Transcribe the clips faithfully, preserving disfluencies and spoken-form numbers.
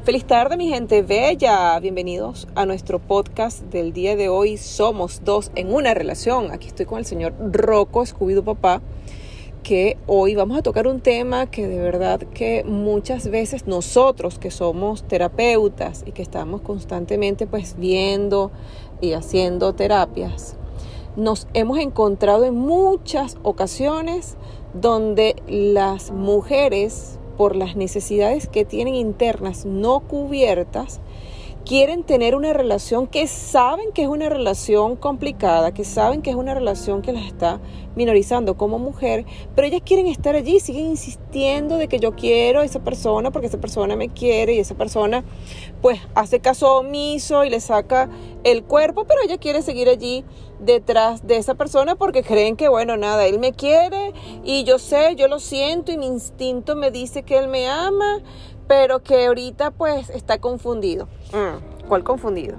Feliz tarde, mi gente bella. Bienvenidos a nuestro podcast del día de hoy. Somos dos en una relación. Aquí estoy con el señor Rocco Scooby-Doo Papá, que hoy vamos a tocar un tema que de verdad que muchas veces nosotros que somos terapeutas y que estamos constantemente pues viendo y haciendo terapias, nos hemos encontrado en muchas ocasiones donde las mujeres, por las necesidades que tienen internas no cubiertas, quieren tener una relación que saben que es una relación complicada, que saben que es una relación que las está minorizando como mujer, pero ellas quieren estar allí, siguen insistiendo de que yo quiero a esa persona porque esa persona me quiere y esa persona pues hace caso omiso y le saca el cuerpo, pero ella quiere seguir allí detrás de esa persona porque creen que bueno, nada, él me quiere y yo sé, yo lo siento y mi instinto me dice que él me ama, pero que ahorita pues está confundido. Mm, ¿Cuál confundido?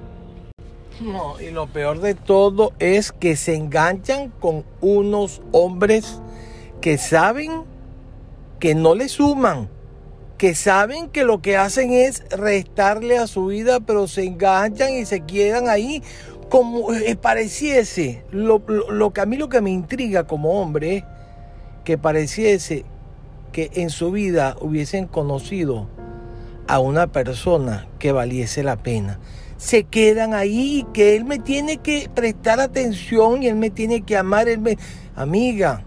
No, y lo peor de todo es que se enganchan con unos hombres que saben que no le suman, que saben que lo que hacen es restarle a su vida, pero se enganchan y se quedan ahí como eh, pareciese. Lo, lo, lo que a mí lo que me intriga como hombre es que pareciese que en su vida hubiesen conocido a una persona que valiese la pena. Se quedan ahí, que él me tiene que prestar atención y él me tiene que amar. Él me... Amiga,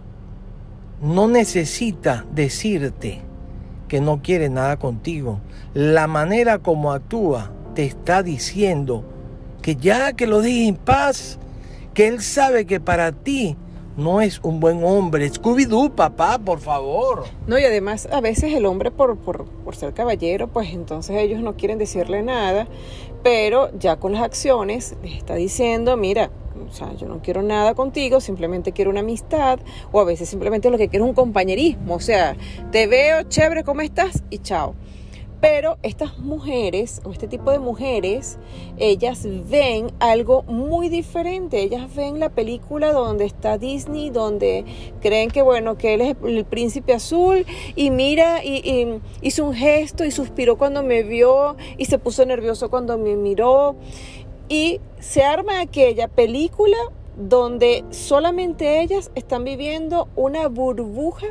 no necesita decirte que no quiere nada contigo. La manera como actúa te está diciendo que ya, que lo dejes en paz, que él sabe que para ti no es un buen hombre. Scooby-Doo, papá, por favor. No, y además a veces el hombre por, por, por ser caballero, pues entonces ellos no quieren decirle nada, pero ya con las acciones les está diciendo, mira, o sea, yo no quiero nada contigo, simplemente quiero una amistad, o a veces simplemente lo que quiero es un compañerismo, o sea, te veo, chévere, ¿cómo estás? Y chao. Pero estas mujeres, o este tipo de mujeres, ellas ven algo muy diferente. Ellas ven la película donde está Disney, donde creen que, bueno, que él es el príncipe azul, y mira, y, y hizo un gesto, y suspiró cuando me vio, y se puso nervioso cuando me miró. Y se arma aquella película donde solamente ellas están viviendo una burbuja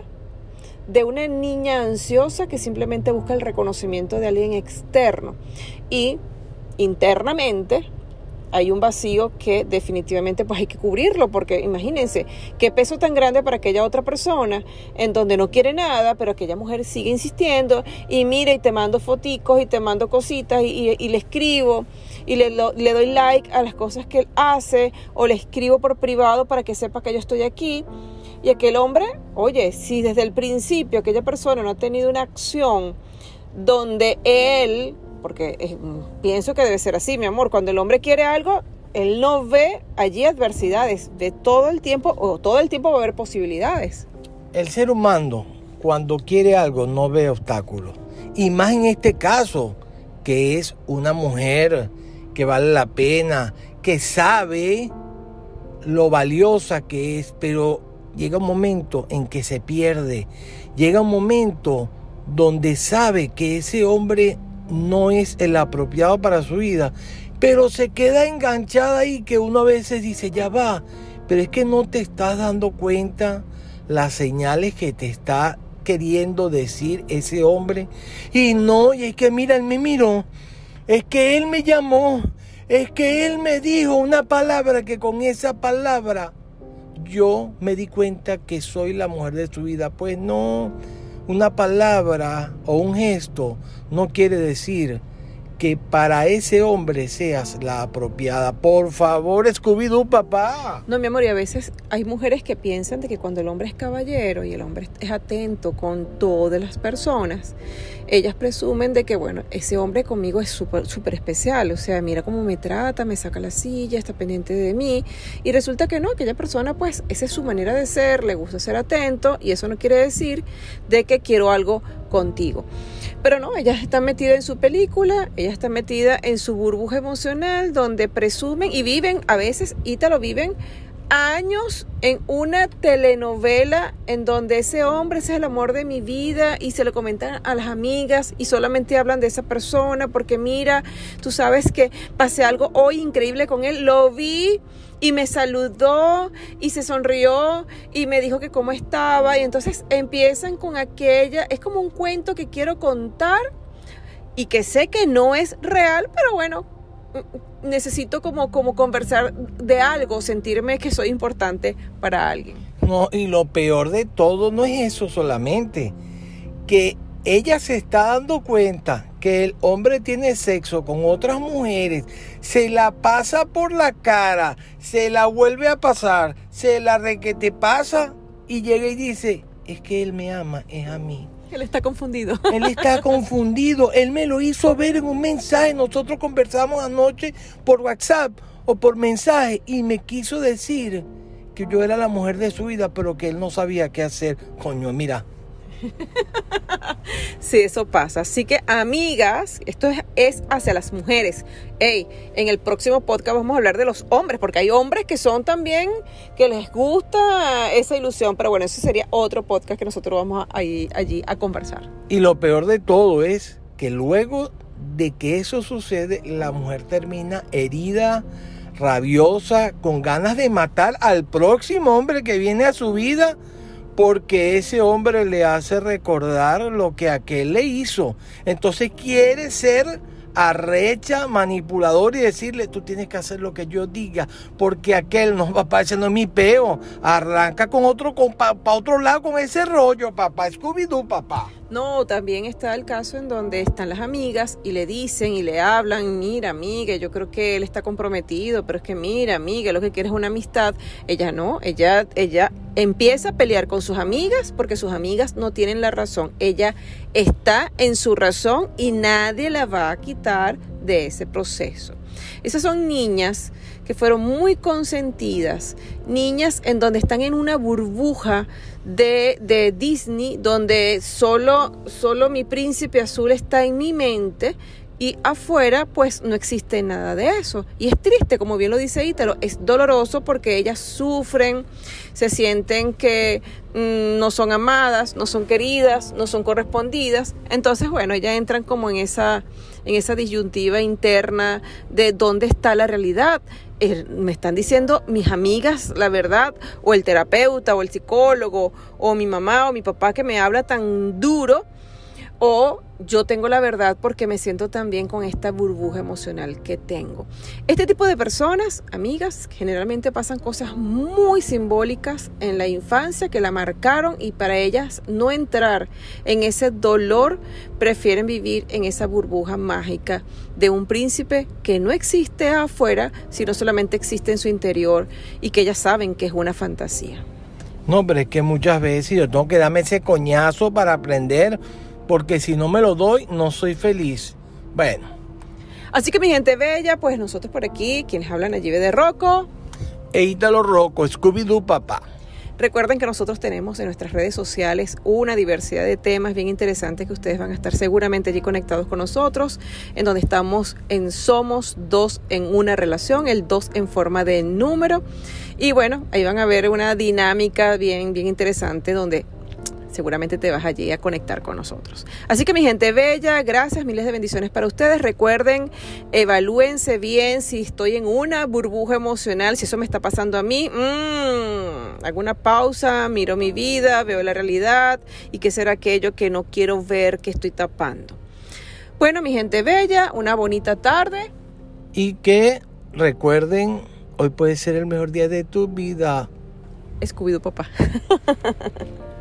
de una niña ansiosa que simplemente busca el reconocimiento de alguien externo, y internamente hay un vacío que definitivamente pues hay que cubrirlo, porque imagínense qué peso tan grande para aquella otra persona en donde no quiere nada, pero aquella mujer sigue insistiendo y mira, y te mando foticos y te mando cositas y, y, y le escribo y le, lo, le doy like a las cosas que él hace, o le escribo por privado para que sepa que yo estoy aquí. Y aquel hombre, oye, si desde el principio aquella persona no ha tenido una acción donde él, porque eh, pienso que debe ser así, mi amor, cuando el hombre quiere algo, él no ve allí adversidades, ve todo el tiempo, o todo el tiempo va a haber posibilidades. El ser humano, cuando quiere algo, no ve obstáculos. Y más en este caso, que es una mujer que vale la pena, que sabe lo valiosa que es, pero llega un momento en que se pierde. Llega un momento donde sabe que ese hombre no es el apropiado para su vida, pero se queda enganchada ahí, que uno a veces dice, ya va, pero es que no te estás dando cuenta las señales que te está queriendo decir ese hombre. Y no, y es que mira, él me miró, es que él me llamó, es que él me dijo una palabra que con esa palabra yo me di cuenta que soy la mujer de su vida. Pues no, una palabra o un gesto no quiere decir que para ese hombre seas la apropiada. Por favor, Scooby-Doo, papá. No, mi amor, y a veces hay mujeres que piensan de que cuando el hombre es caballero y el hombre es atento con todas las personas, ellas presumen de que, bueno, ese hombre conmigo es súper súper especial, o sea, mira cómo me trata, me saca la silla, está pendiente de mí, y resulta que no, aquella persona, pues, esa es su manera de ser, le gusta ser atento, y eso no quiere decir de que quiero algo contigo. Pero no, ella está metida en su película, ella está metida en su burbuja emocional, donde presumen y viven, a veces, y te lo viven años en una telenovela en donde ese hombre ese es el amor de mi vida y se lo comentan a las amigas y solamente hablan de esa persona porque mira, tú sabes que pasé algo hoy increíble con él, lo vi y me saludó y se sonrió y me dijo que cómo estaba y entonces empiezan con aquella, es como un cuento que quiero contar y que sé que no es real, pero bueno, necesito como, como conversar de algo, sentirme que soy importante para alguien. No, y lo peor de todo no es eso solamente, que ella se está dando cuenta que el hombre tiene sexo con otras mujeres, se la pasa por la cara, se la vuelve a pasar, se la requete pasa y llega y dice, es que él me ama, es a mí. Él está confundido. Él está confundido. Él me lo hizo ver en un mensaje. Nosotros conversamos anoche por WhatsApp o por mensaje y me quiso decir que yo era la mujer de su vida, pero que él no sabía qué hacer. Coño, mira. Sí, eso pasa. Así que, amigas, esto es, es hacia las mujeres. Hey, en el próximo podcast vamos a hablar de los hombres, porque hay hombres que son también, que les gusta esa ilusión. Pero bueno, ese sería otro podcast que nosotros vamos a ir allí a conversar. Y lo peor de todo es que luego de que eso sucede, la mujer termina herida, rabiosa, con ganas de matar al próximo hombre que viene a su vida, porque ese hombre le hace recordar lo que aquel le hizo. Entonces quiere ser arrecha, manipulador y decirle, tú tienes que hacer lo que yo diga, porque aquel no, papá, ese no es mi peo. Arranca con otro, con, para pa otro lado con ese rollo, papá, Scooby-Doo, papá. No, también está el caso en donde están las amigas y le dicen y le hablan, mira, amiga, yo creo que él está comprometido, pero es que mira, amiga, lo que quiere es una amistad. Ella no, ella, ella empieza a pelear con sus amigas porque sus amigas no tienen la razón. Ella está en su razón y nadie la va a quitar de ese proceso. Esas son niñas que fueron muy consentidas, niñas en donde están en una burbuja de, de Disney, donde solo, solo mi príncipe azul está en mi mente y afuera pues no existe nada de eso. Y es triste, como bien lo dice Ítalo, es doloroso porque ellas sufren, se sienten que mmm, no son amadas, no son queridas, no son correspondidas. Entonces, bueno, ellas entran como en esa, en esa disyuntiva interna de dónde está la realidad. Eh, me están diciendo mis amigas la verdad, o el terapeuta, o el psicólogo, o mi mamá o mi papá que me habla tan duro, o yo tengo la verdad porque me siento tan bien con esta burbuja emocional que tengo. Este tipo de personas, amigas, generalmente pasan cosas muy simbólicas en la infancia que la marcaron y para ellas no entrar en ese dolor, prefieren vivir en esa burbuja mágica de un príncipe que no existe afuera, sino solamente existe en su interior y que ellas saben que es una fantasía. No, pero es que muchas veces yo tengo que darme ese coñazo para aprender, porque si no me lo doy, no soy feliz. Bueno. Así que mi gente bella, pues nosotros por aquí, quienes hablan allí de Rocco. E Ítalo Rocco, Scooby-Doo, papá. Recuerden que nosotros tenemos en nuestras redes sociales una diversidad de temas bien interesantes que ustedes van a estar seguramente allí conectados con nosotros, en donde estamos en Somos Dos en una Relación, el dos en forma de número. Y bueno, ahí van a ver una dinámica bien, bien interesante donde seguramente te vas allí a conectar con nosotros. Así que mi gente bella, gracias, miles de bendiciones para ustedes. Recuerden, evalúense bien si estoy en una burbuja emocional, si eso me está pasando a mí. Mmm, hago una pausa, miro mi vida, veo la realidad y qué será aquello que no quiero ver, que estoy tapando. Bueno, mi gente bella, una bonita tarde. Y que recuerden, hoy puede ser el mejor día de tu vida. Scooby-Doo, papá.